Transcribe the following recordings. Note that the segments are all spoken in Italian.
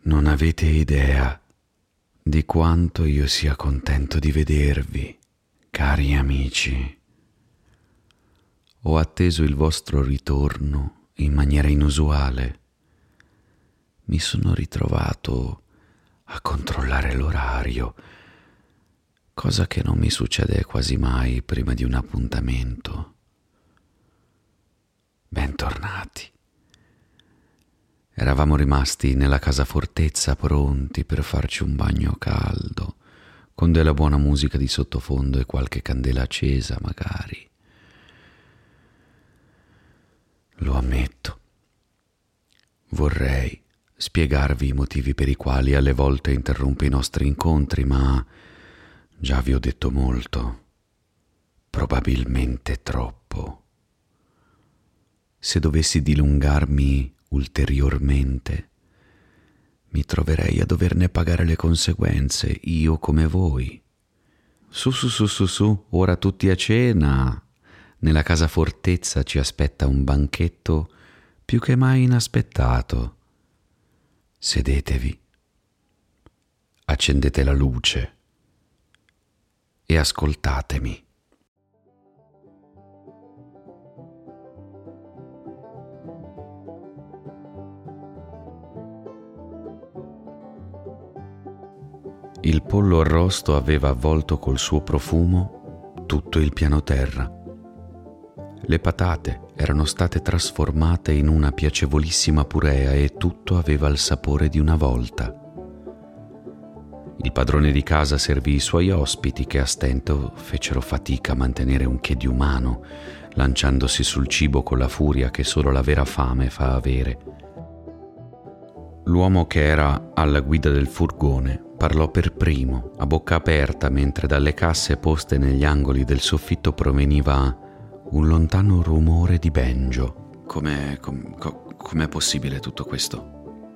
Non avete idea di quanto io sia contento di vedervi, cari amici. Ho atteso il vostro ritorno in maniera inusuale. Mi sono ritrovato a controllare l'orario, cosa che non mi succede quasi mai prima di un appuntamento. Bentornati. Eravamo rimasti nella casa fortezza pronti per farci un bagno caldo, con della buona musica di sottofondo e qualche candela accesa, magari. Lo ammetto. Vorrei spiegarvi i motivi per i quali alle volte interrompo i nostri incontri, ma già vi ho detto molto, probabilmente troppo. Se dovessi dilungarmi ulteriormente, mi troverei a doverne pagare le conseguenze, io come voi. Su, ora tutti a cena. Nella casa fortezza ci aspetta un banchetto più che mai inaspettato. Sedetevi, accendete la luce e ascoltatemi. Il pollo arrosto aveva avvolto col suo profumo tutto il piano terra. Le patate erano state trasformate in una piacevolissima purea e tutto aveva il sapore di una volta. Il padrone di casa servì i suoi ospiti che a stento fecero fatica a mantenere un che di umano, lanciandosi sul cibo con la furia che solo la vera fame fa avere. L'uomo che era alla guida del furgone parlò per primo, a bocca aperta, mentre dalle casse poste negli angoli del soffitto proveniva un lontano rumore di banjo. Com'è possibile tutto questo?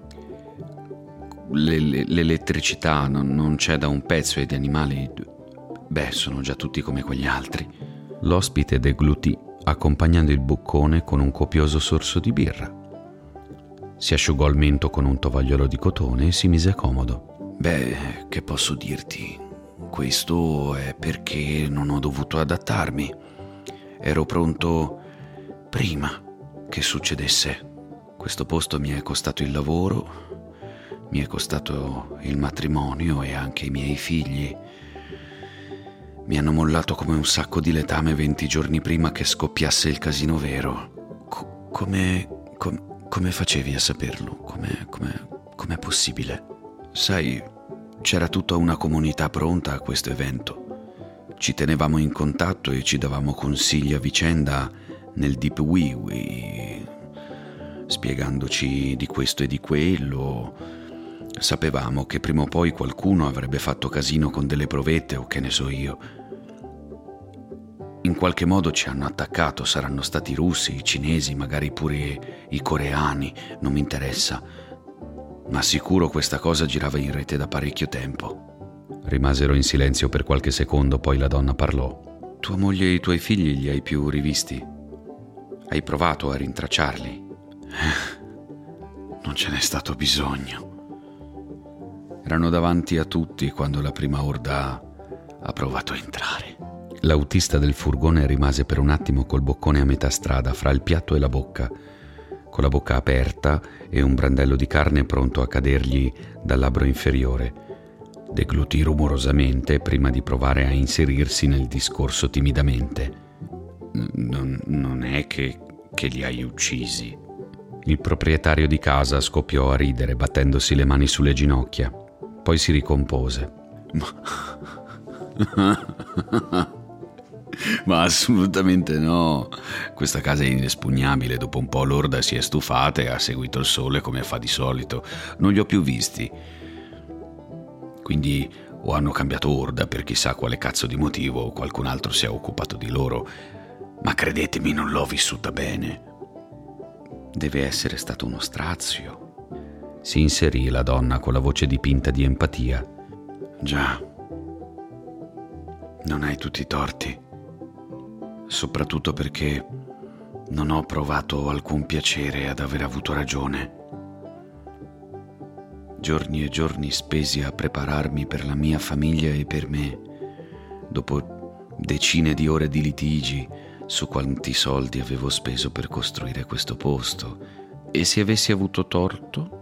L'elettricità non c'è da un pezzo e gli animali, sono già tutti come quegli altri. L'ospite deglutì, accompagnando il boccone con un copioso sorso di birra. Si asciugò il mento con un tovagliolo di cotone e si mise comodo. Che posso dirti? Questo è perché non ho dovuto adattarmi. Ero pronto prima che succedesse. Questo posto mi è costato il lavoro, mi è costato il matrimonio e anche i miei figli. Mi hanno mollato come un sacco di letame 20 giorni prima che scoppiasse il casino vero. Come facevi a saperlo? Com'è possibile? Sai, c'era tutta una comunità pronta a questo evento. Ci tenevamo in contatto e ci davamo consigli a vicenda nel deep wee, spiegandoci di questo e di quello. Sapevamo che prima o poi qualcuno avrebbe fatto casino con delle provette o che ne so io. In qualche modo ci hanno attaccato, saranno stati i russi, i cinesi, magari pure i coreani, non mi interessa. Ma sicuro questa cosa girava in rete da parecchio tempo. Rimasero in silenzio per qualche secondo, poi la donna parlò. Tua moglie e i tuoi figli li hai più rivisti? Hai provato a rintracciarli? Non ce n'è stato bisogno. Erano davanti a tutti quando la prima orda ha provato a entrare. L'autista del furgone rimase per un attimo col boccone a metà strada fra il piatto e la bocca, con la bocca aperta e un brandello di carne pronto a cadergli dal labbro inferiore. Deglutì rumorosamente prima di provare a inserirsi nel discorso timidamente. Non è che li hai uccisi. Il proprietario di casa scoppiò a ridere, battendosi le mani sulle ginocchia. Poi si ricompose. Ma assolutamente no. Questa casa è inespugnabile. Dopo un po' l'orda si è stufata e ha seguito il sole come fa di solito. Non li ho più visti. Quindi o hanno cambiato orda per chissà quale cazzo di motivo o qualcun altro si è occupato di loro. Ma credetemi, non l'ho vissuta bene. Deve essere stato uno strazio. Si inserì la donna con la voce dipinta di empatia. Già, non hai tutti i torti. Soprattutto perché non ho provato alcun piacere ad aver avuto ragione. giorni e giorni spesi a prepararmi per la mia famiglia e per me, dopo decine di ore di litigi su quanti soldi avevo speso per costruire questo posto. E se avessi avuto torto?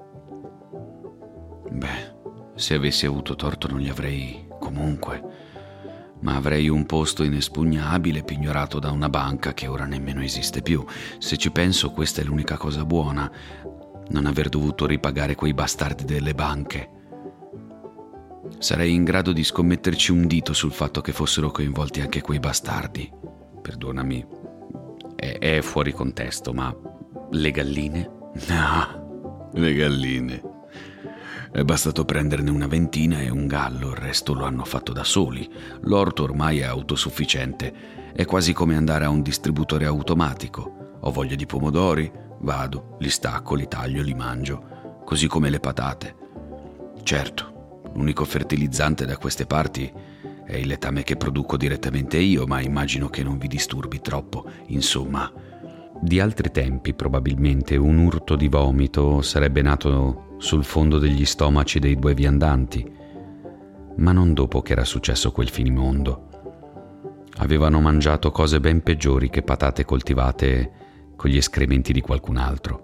Beh, se avessi avuto torto non li avrei comunque, ma avrei un posto inespugnabile pignorato da una banca che ora nemmeno esiste più. Se ci penso, questa è l'unica cosa buona, non aver dovuto ripagare quei bastardi delle banche. Sarei in grado di scommetterci un dito sul fatto che fossero coinvolti anche quei bastardi. Perdonami, è fuori contesto, ma le galline? No, le galline. È bastato prenderne una ventina e un gallo, il resto lo hanno fatto da soli. L'orto ormai è autosufficiente, è quasi come andare a un distributore automatico. Ho voglia di pomodori? Vado, li stacco, li taglio, li mangio, così come le patate. Certo, l'unico fertilizzante da queste parti è il letame che produco direttamente io, ma immagino che non vi disturbi troppo. Insomma, di altri tempi probabilmente un urto di vomito sarebbe nato sul fondo degli stomaci dei due viandanti, ma non dopo che era successo quel finimondo. Avevano mangiato cose ben peggiori che patate coltivate con gli escrementi di qualcun altro.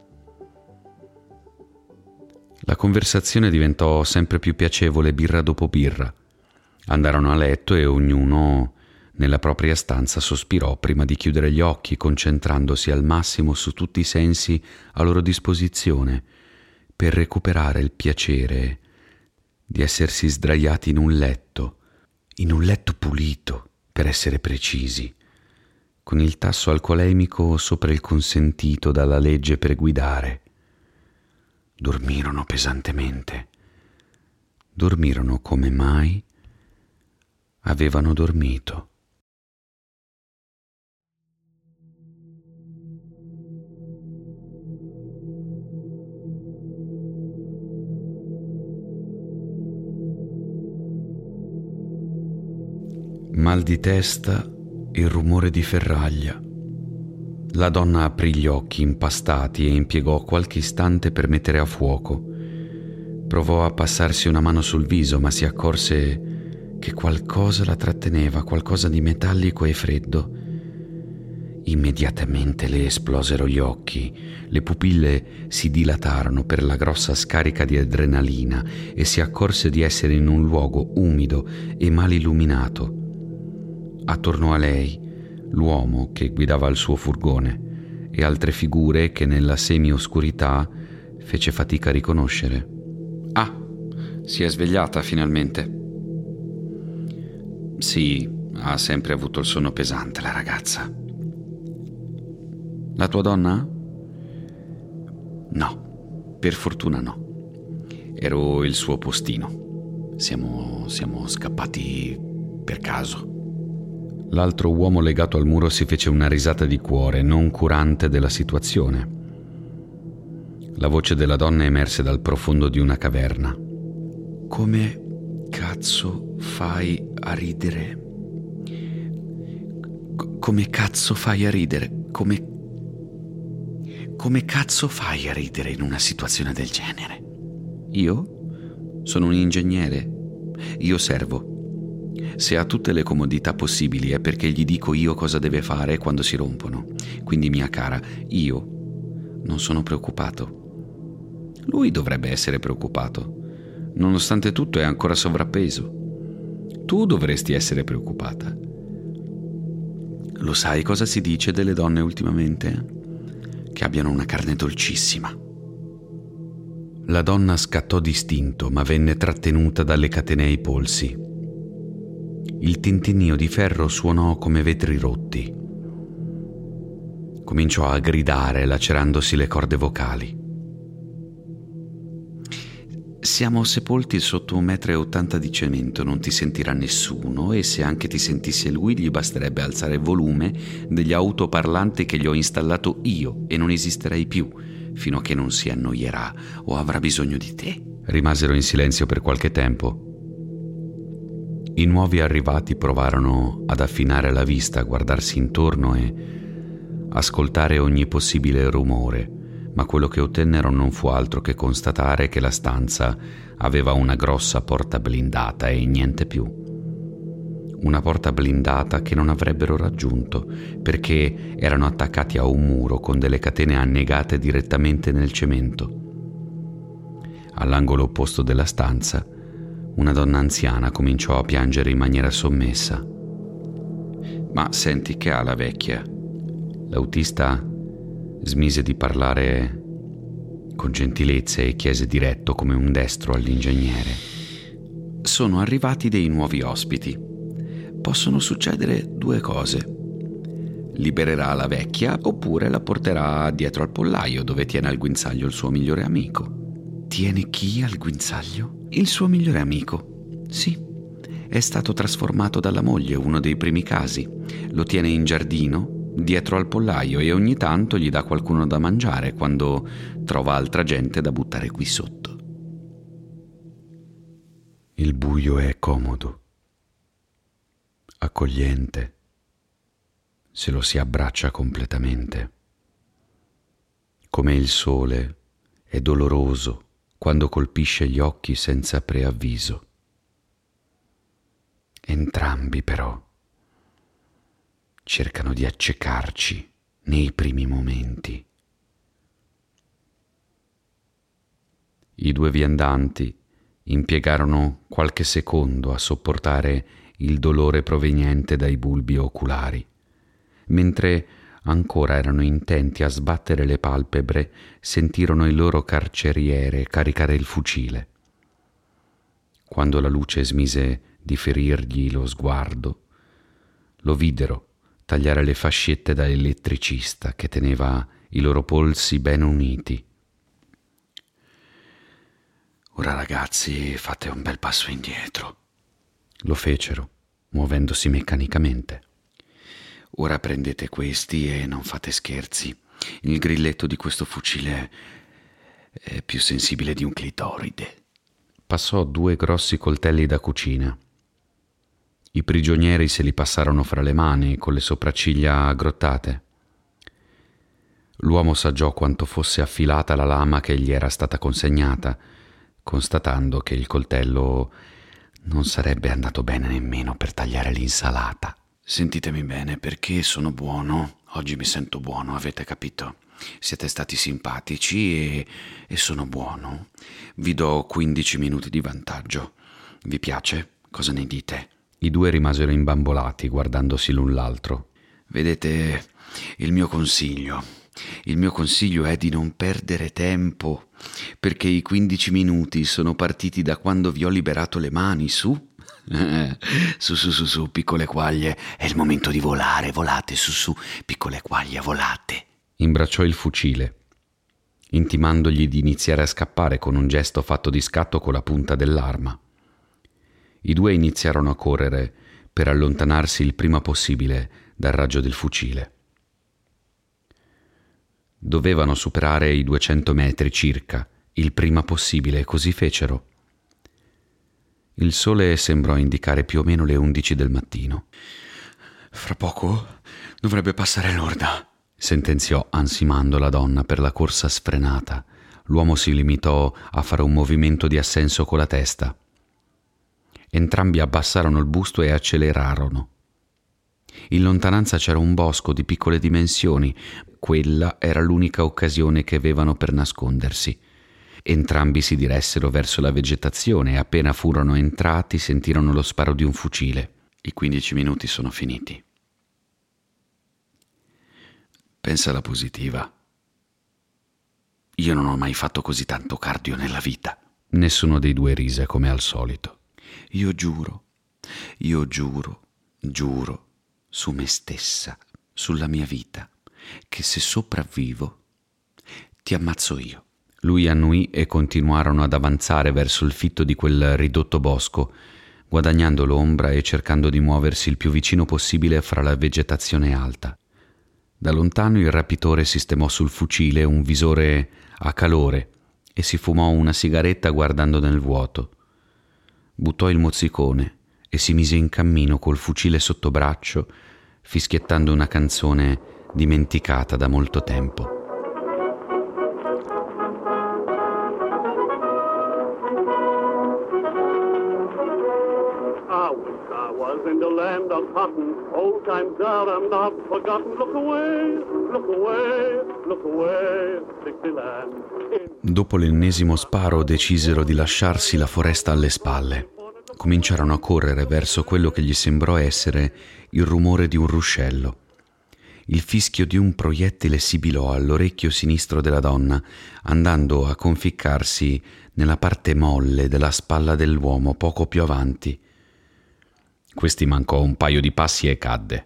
La conversazione diventò sempre più piacevole birra dopo birra. Andarono a letto e ognuno nella propria stanza sospirò prima di chiudere gli occhi, concentrandosi al massimo su tutti i sensi a loro disposizione per recuperare il piacere di essersi sdraiati in un letto pulito, per essere precisi, con il tasso alcolemico sopra il consentito dalla legge per guidare. Dormirono pesantemente. Dormirono come mai avevano dormito. Mal di testa, il rumore di ferraglia. La donna aprì gli occhi impastati e impiegò qualche istante per mettere a fuoco. Provò a passarsi una mano sul viso, ma si accorse che qualcosa la tratteneva, qualcosa di metallico e freddo. Immediatamente le esplosero gli occhi, le pupille si dilatarono per la grossa scarica di adrenalina e si accorse di essere in un luogo umido e mal illuminato. Attorno a lei, l'uomo che guidava il suo furgone e altre figure che nella semi-oscurità fece fatica a riconoscere. Ah, si è svegliata finalmente. Sì, ha sempre avuto il sonno pesante la ragazza. La tua donna? No, per fortuna no. Ero il suo postino. Siamo scappati per caso. L'altro uomo legato al muro si fece una risata di cuore, non curante della situazione. La voce della donna emerse dal profondo di una caverna. Come cazzo fai a ridere? Come cazzo fai a ridere? Come cazzo fai a ridere in una situazione del genere? Io? Sono un ingegnere. Io servo. Se ha tutte le comodità possibili è perché gli dico io cosa deve fare quando si rompono. Quindi, mia cara, io non sono preoccupato. Lui dovrebbe essere preoccupato. Nonostante tutto è ancora sovrappeso. Tu dovresti essere preoccupata. Lo sai cosa si dice delle donne ultimamente? Che abbiano una carne dolcissima. La donna scattò d'istinto, ma venne trattenuta dalle catene ai polsi. Il tintinnio di ferro suonò come vetri rotti. Cominciò a gridare, lacerandosi le corde vocali. Siamo sepolti sotto 1,80 m di cemento, non ti sentirà nessuno, e se anche ti sentisse lui gli basterebbe alzare il volume degli autoparlanti che gli ho installato io e non esisterei più, fino a che non si annoierà o avrà bisogno di te. Rimasero in silenzio per qualche tempo. I nuovi arrivati provarono ad affinare la vista, a guardarsi intorno e ascoltare ogni possibile rumore, ma quello che ottennero non fu altro che constatare che la stanza aveva una grossa porta blindata e niente più. Una porta blindata che non avrebbero raggiunto perché erano attaccati a un muro con delle catene annegate direttamente nel cemento. All'angolo opposto della stanza, una donna anziana cominciò a piangere in maniera sommessa. «Ma senti, che ha la vecchia?» L'autista smise di parlare con gentilezza e chiese diretto come un destro all'ingegnere. «Sono arrivati dei nuovi ospiti. Possono succedere due cose. Libererà la vecchia oppure la porterà dietro al pollaio dove tiene al guinzaglio il suo migliore amico». «Tiene chi al guinzaglio?» «Il suo migliore amico. Sì, è stato trasformato dalla moglie, uno dei primi casi. Lo tiene in giardino dietro al pollaio e ogni tanto gli dà qualcuno da mangiare quando trova altra gente da buttare qui sotto». Il buio è comodo, accogliente, se lo si abbraccia completamente. Come il sole è doloroso quando colpisce gli occhi senza preavviso. Entrambi però cercano di accecarci nei primi momenti. I due viandanti impiegarono qualche secondo a sopportare il dolore proveniente dai bulbi oculari, mentre ancora erano intenti a sbattere le palpebre, sentirono il loro carceriere caricare il fucile. Quando la luce smise di ferirgli lo sguardo, lo videro tagliare le fascette da elettricista che teneva i loro polsi ben uniti. «Ora ragazzi, fate un bel passo indietro», lo fecero, muovendosi meccanicamente. «Ora prendete questi e non fate scherzi. Il grilletto di questo fucile è più sensibile di un clitoride». Passò 2 grossi coltelli da cucina. I prigionieri se li passarono fra le mani con le sopracciglia aggrottate. L'uomo saggiò quanto fosse affilata la lama che gli era stata consegnata, constatando che il coltello non sarebbe andato bene nemmeno per tagliare l'insalata. «Sentitemi bene, perché sono buono. Oggi mi sento buono, avete capito? Siete stati simpatici e sono buono. Vi do 15 minuti di vantaggio. Vi piace? Cosa ne dite?» I due rimasero imbambolati guardandosi l'un l'altro. «Vedete, il mio consiglio è di non perdere tempo, perché i 15 minuti sono partiti da quando vi ho liberato le mani, su. Su, piccole quaglie, è il momento di volare, volate, su, piccole quaglie, volate». Imbracciò il fucile, intimandogli di iniziare a scappare con un gesto fatto di scatto con la punta dell'arma. I due iniziarono a correre per allontanarsi il prima possibile dal raggio del fucile. Dovevano superare i 200 metri circa, il prima possibile, e così fecero. Il sole sembrò indicare più o meno le 11 del mattino. «Fra poco dovrebbe passare l'orda», sentenziò ansimando la donna per la corsa sfrenata. L'uomo si limitò a fare un movimento di assenso con la testa. Entrambi abbassarono il busto e accelerarono. In lontananza c'era un bosco di piccole dimensioni. Quella era l'unica occasione che avevano per nascondersi. Entrambi si diressero verso la vegetazione e appena furono entrati sentirono lo sparo di un fucile. «I 15 minuti sono finiti. Pensa alla positiva. Io non ho mai fatto così tanto cardio nella vita». Nessuno dei due rise come al solito. Io giuro, su me stessa, sulla mia vita, che se sopravvivo ti ammazzo io». Lui annuì e continuarono ad avanzare verso il fitto di quel ridotto bosco, guadagnando l'ombra e cercando di muoversi il più vicino possibile fra la vegetazione alta. Da lontano il rapitore sistemò sul fucile un visore a calore e si fumò una sigaretta guardando nel vuoto. Buttò il mozzicone e si mise in cammino col fucile sotto braccio, fischiettando una canzone dimenticata da molto tempo. was in the land of cotton. Old times are not forgotten. Look away, look away, look away, Dixieland. Dopo l'ennesimo sparo decisero di lasciarsi la foresta alle spalle. Cominciarono a correre verso quello che gli sembrò essere il rumore di un ruscello. Il fischio di un proiettile sibilò all'orecchio sinistro della donna, andando a conficcarsi nella parte molle della spalla dell'uomo poco più avanti. Questi mancò un paio di passi e cadde.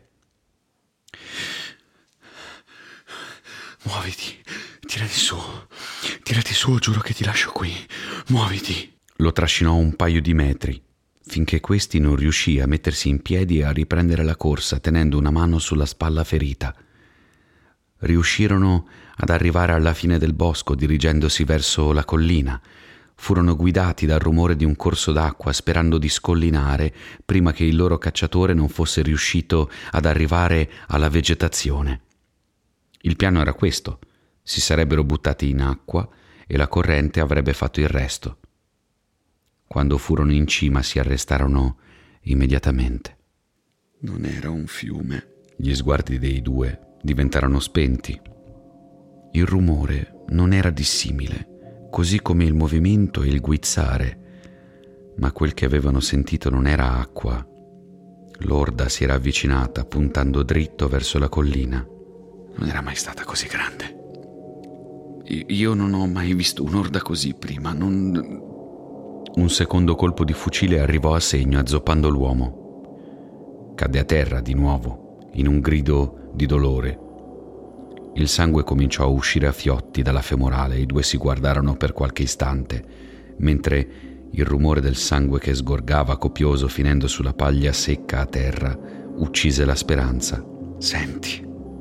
Muoviti, tirati su, giuro che ti lascio qui. Muoviti. Lo trascinò un paio di metri, finché questi non riuscì a mettersi in piedi e a riprendere la corsa, tenendo una mano sulla spalla ferita. Riuscirono ad arrivare alla fine del bosco, dirigendosi verso la collina. Furono guidati dal rumore di un corso d'acqua, sperando di scollinare prima che il loro cacciatore non fosse riuscito ad arrivare alla vegetazione. Il piano era questo: si sarebbero buttati in acqua e la corrente avrebbe fatto il resto. Quando furono in cima si arrestarono immediatamente. Non era un fiume. Gli sguardi dei due diventarono spenti. Il rumore non era dissimile, così come il movimento e il guizzare, ma quel che avevano sentito non era acqua. L'orda si era avvicinata, puntando dritto verso la collina. Non era mai stata così grande. Io non ho mai visto un'orda così prima. Un secondo colpo di fucile arrivò a segno, azzoppando l'uomo. Cadde a terra di nuovo, in un grido di dolore. Il sangue cominciò a uscire a fiotti dalla femorale e i due si guardarono per qualche istante, mentre il rumore del sangue che sgorgava copioso finendo sulla paglia secca a terra uccise la speranza. Senti,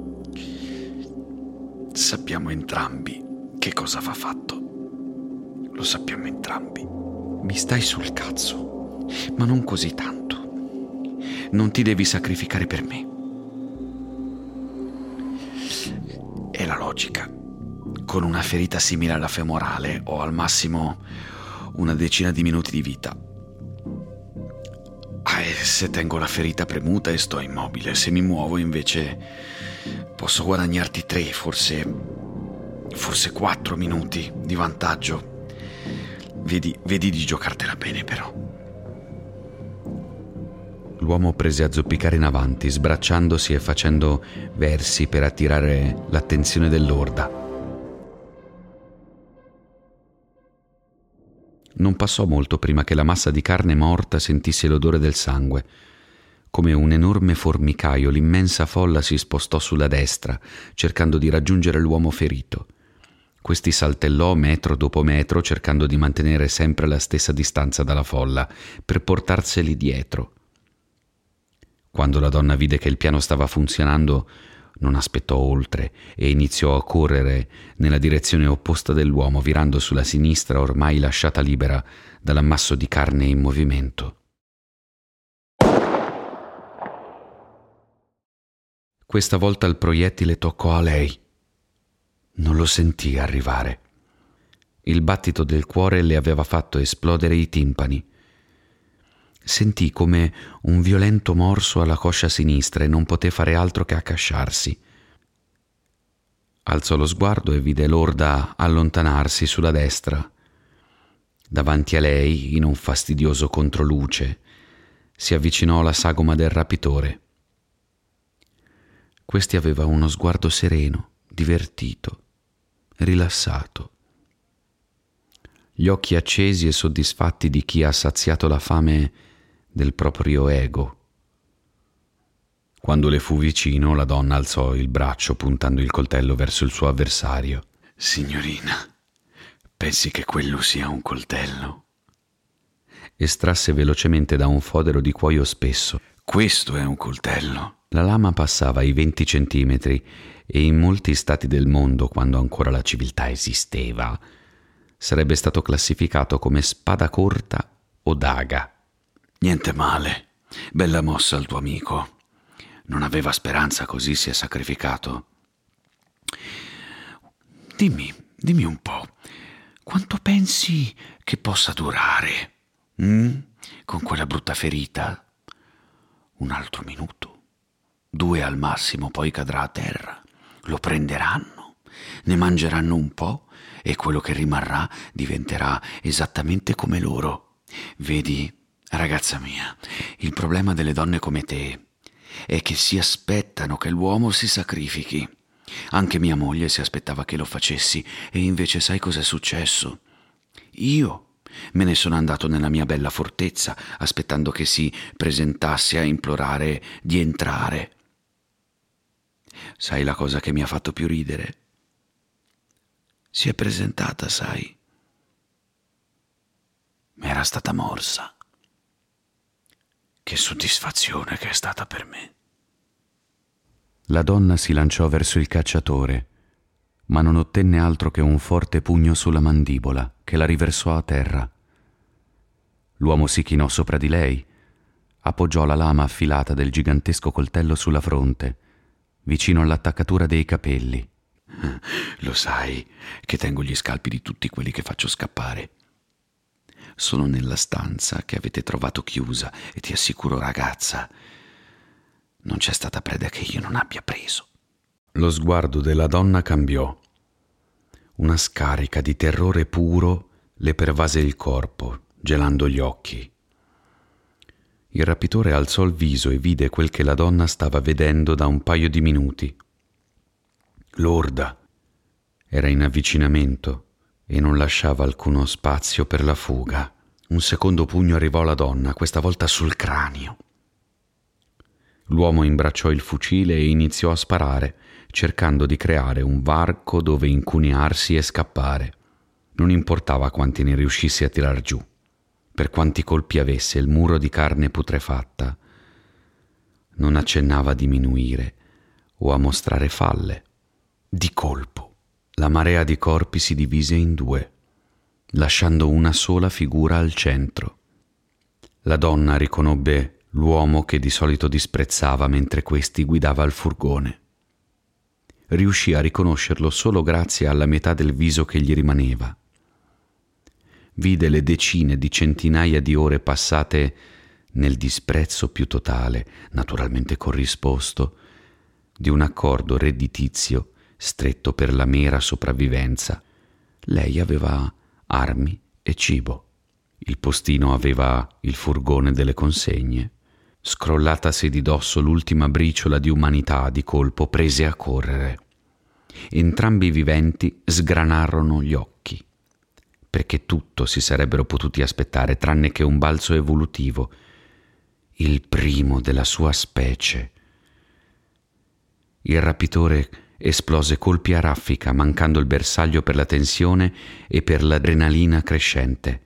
sappiamo entrambi che cosa va fatto. Lo sappiamo entrambi. Mi stai sul cazzo, ma non così tanto. Non ti devi sacrificare per me. È la logica. Con una ferita simile alla femorale ho al massimo una decina di minuti di vita. E se tengo la ferita premuta e sto immobile, se mi muovo invece posso guadagnarti 3, forse 4 minuti di vantaggio. Vedi di giocartela bene, però. L'uomo prese a zoppicare in avanti, sbracciandosi e facendo versi per attirare l'attenzione dell'orda. Non passò molto prima che la massa di carne morta sentisse l'odore del sangue. Come un enorme formicaio, l'immensa folla si spostò sulla destra, cercando di raggiungere l'uomo ferito. Questi saltellò metro dopo metro, cercando di mantenere sempre la stessa distanza dalla folla, per portarseli dietro. Quando la donna vide che il piano stava funzionando, non aspettò oltre e iniziò a correre nella direzione opposta dell'uomo, virando sulla sinistra, ormai lasciata libera dall'ammasso di carne in movimento. Questa volta il proiettile toccò a lei. Non lo sentì arrivare. Il battito del cuore le aveva fatto esplodere i timpani. Sentì come un violento morso alla coscia sinistra e non poté fare altro che accasciarsi. Alzò lo sguardo e vide l'orda allontanarsi sulla destra. Davanti a lei, in un fastidioso controluce, si avvicinò la sagoma del rapitore. Questi aveva uno sguardo sereno, divertito, rilassato. Gli occhi accesi e soddisfatti di chi ha saziato la fame del proprio ego. Quando le fu vicino, la donna alzò il braccio puntando il coltello verso il suo avversario. Signorina, pensi che quello sia un coltello? Estrasse velocemente da un fodero di cuoio spesso. Questo è un coltello. La lama passava i 20 centimetri e in molti stati del mondo, quando ancora la civiltà esisteva, sarebbe stato classificato come spada corta o daga. Niente male. Bella mossa al tuo amico. Non aveva speranza, così si è sacrificato. Dimmi un po', quanto pensi che possa durare? Con quella brutta ferita? Un altro minuto, 2 al massimo, poi cadrà a terra. Lo prenderanno, ne mangeranno un po' e quello che rimarrà diventerà esattamente come loro. Vedi, ragazza mia, il problema delle donne come te è che si aspettano che l'uomo si sacrifichi. Anche mia moglie si aspettava che lo facessi e invece sai cos'è successo? Io me ne sono andato nella mia bella fortezza aspettando che si presentasse a implorare di entrare. Sai la cosa che mi ha fatto più ridere? Si è presentata, sai? Era stata morsa. Che soddisfazione che è stata per me. La donna si lanciò verso il cacciatore, ma non ottenne altro che un forte pugno sulla mandibola che la riversò a terra. L'uomo si chinò sopra di lei, appoggiò la lama affilata del gigantesco coltello sulla fronte, vicino all'attaccatura dei capelli. Lo sai che tengo gli scalpi di tutti quelli che faccio scappare. Sono nella stanza che avete trovato chiusa e ti assicuro, ragazza, non c'è stata preda che io non abbia preso. Lo sguardo della donna cambiò. Una scarica di terrore puro le pervase il corpo, gelando gli occhi. Il rapitore alzò il viso e vide quel che la donna stava vedendo da un paio di minuti. Lorda era in avvicinamento e non lasciava alcuno spazio per la fuga. Un secondo pugno arrivò alla donna, questa volta sul cranio. L'uomo imbracciò il fucile e iniziò a sparare, cercando di creare un varco dove incunearsi e scappare. Non importava quanti ne riuscisse a tirar giù. Per quanti colpi avesse, il muro di carne putrefatta non accennava a diminuire o a mostrare falle. Di colpo, la marea di corpi si divise in 2, lasciando una sola figura al centro. La donna riconobbe l'uomo che di solito disprezzava mentre questi guidava il furgone. Riuscì a riconoscerlo solo grazie alla metà del viso che gli rimaneva. Vide le decine di centinaia di ore passate nel disprezzo più totale, naturalmente corrisposto, di un accordo redditizio stretto per la mera sopravvivenza. Lei aveva armi e cibo. Il postino aveva il furgone delle consegne. Scrollatasi di dosso l'ultima briciola di umanità, di colpo prese a correre. Entrambi i viventi sgranarono gli occhi, perché tutto si sarebbero potuti aspettare tranne che un balzo evolutivo, il primo della sua specie. Il rapitore esplose colpi a raffica, mancando il bersaglio per la tensione e per l'adrenalina crescente.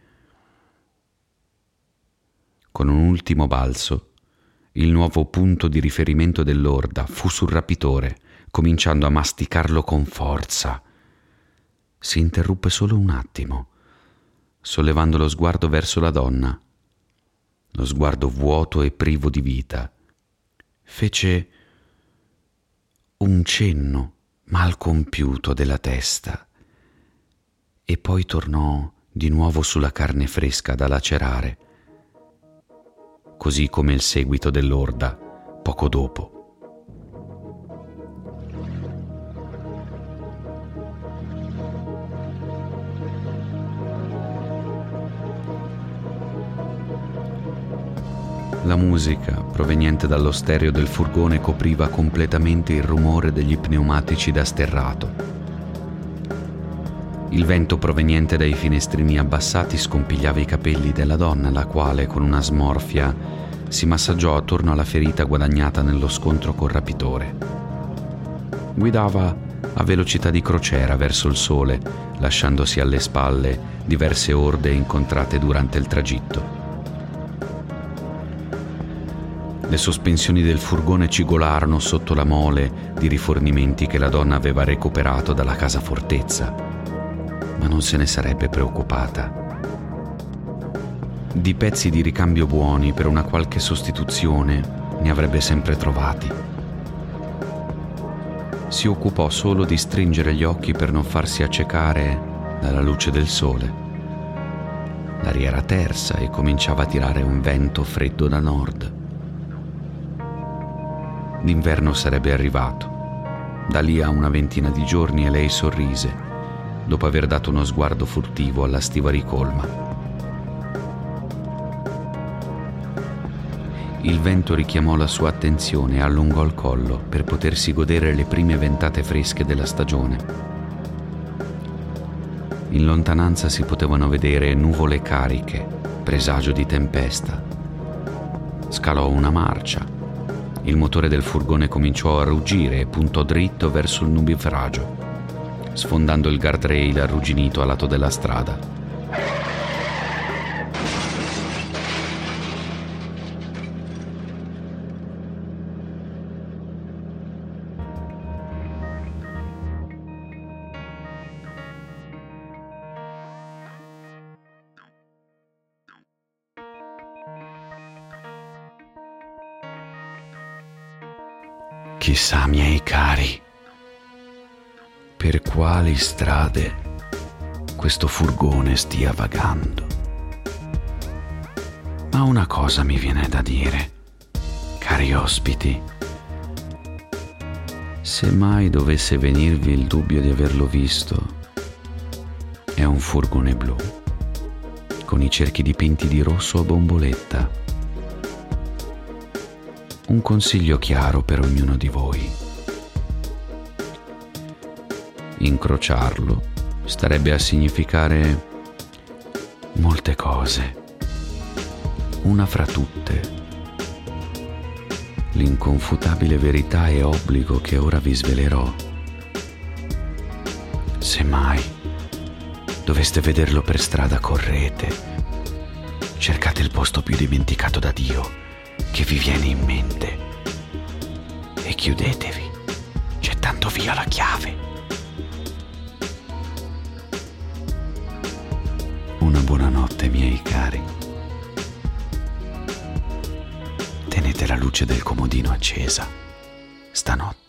Con un ultimo balzo, il nuovo punto di riferimento dell'orda fu sul rapitore, cominciando a masticarlo con forza. Si interruppe solo un attimo, sollevando lo sguardo verso la donna, lo sguardo vuoto e privo di vita. Fece un cenno mal compiuto della testa e poi tornò di nuovo sulla carne fresca da lacerare, così come il seguito dell'orda poco dopo. La musica proveniente dallo stereo del furgone copriva completamente il rumore degli pneumatici da sterrato. Il vento proveniente dai finestrini abbassati scompigliava i capelli della donna, la quale, con una smorfia, si massaggiò attorno alla ferita guadagnata nello scontro col rapitore. Guidava a velocità di crociera verso il sole, lasciandosi alle spalle diverse orde incontrate durante il tragitto. Le sospensioni del furgone cigolarono sotto la mole di rifornimenti che la donna aveva recuperato dalla casa fortezza, ma non se ne sarebbe preoccupata. Di pezzi di ricambio buoni per una qualche sostituzione ne avrebbe sempre trovati. Si occupò solo di stringere gli occhi per non farsi accecare dalla luce del sole. L'aria era tersa e cominciava a tirare un vento freddo da nord. L'inverno sarebbe arrivato. Da lì a una ventina di giorni e lei sorrise, dopo aver dato uno sguardo furtivo alla stiva ricolma. Il vento richiamò la sua attenzione e allungò il collo per potersi godere le prime ventate fresche della stagione. In lontananza si potevano vedere nuvole cariche, presagio di tempesta. Scalò una marcia. Il motore del furgone cominciò a ruggire e puntò dritto verso il nubifragio, sfondando il guardrail arrugginito a lato della strada. Chissà, miei cari, per quali strade questo furgone stia vagando. Ma una cosa mi viene da dire, cari ospiti. Se mai dovesse venirvi il dubbio di averlo visto, è un furgone blu, con i cerchi dipinti di rosso a bomboletta. Un consiglio chiaro per ognuno di voi. Incrociarlo starebbe a significare molte cose. Una fra tutte, l'inconfutabile verità e obbligo che ora vi svelerò. Se mai doveste vederlo per strada, correte, cercate il posto più dimenticato da Dio che vi viene in mente e chiudetevi, gettando via la chiave. Una buonanotte, miei cari. Tenete la luce del comodino accesa stanotte.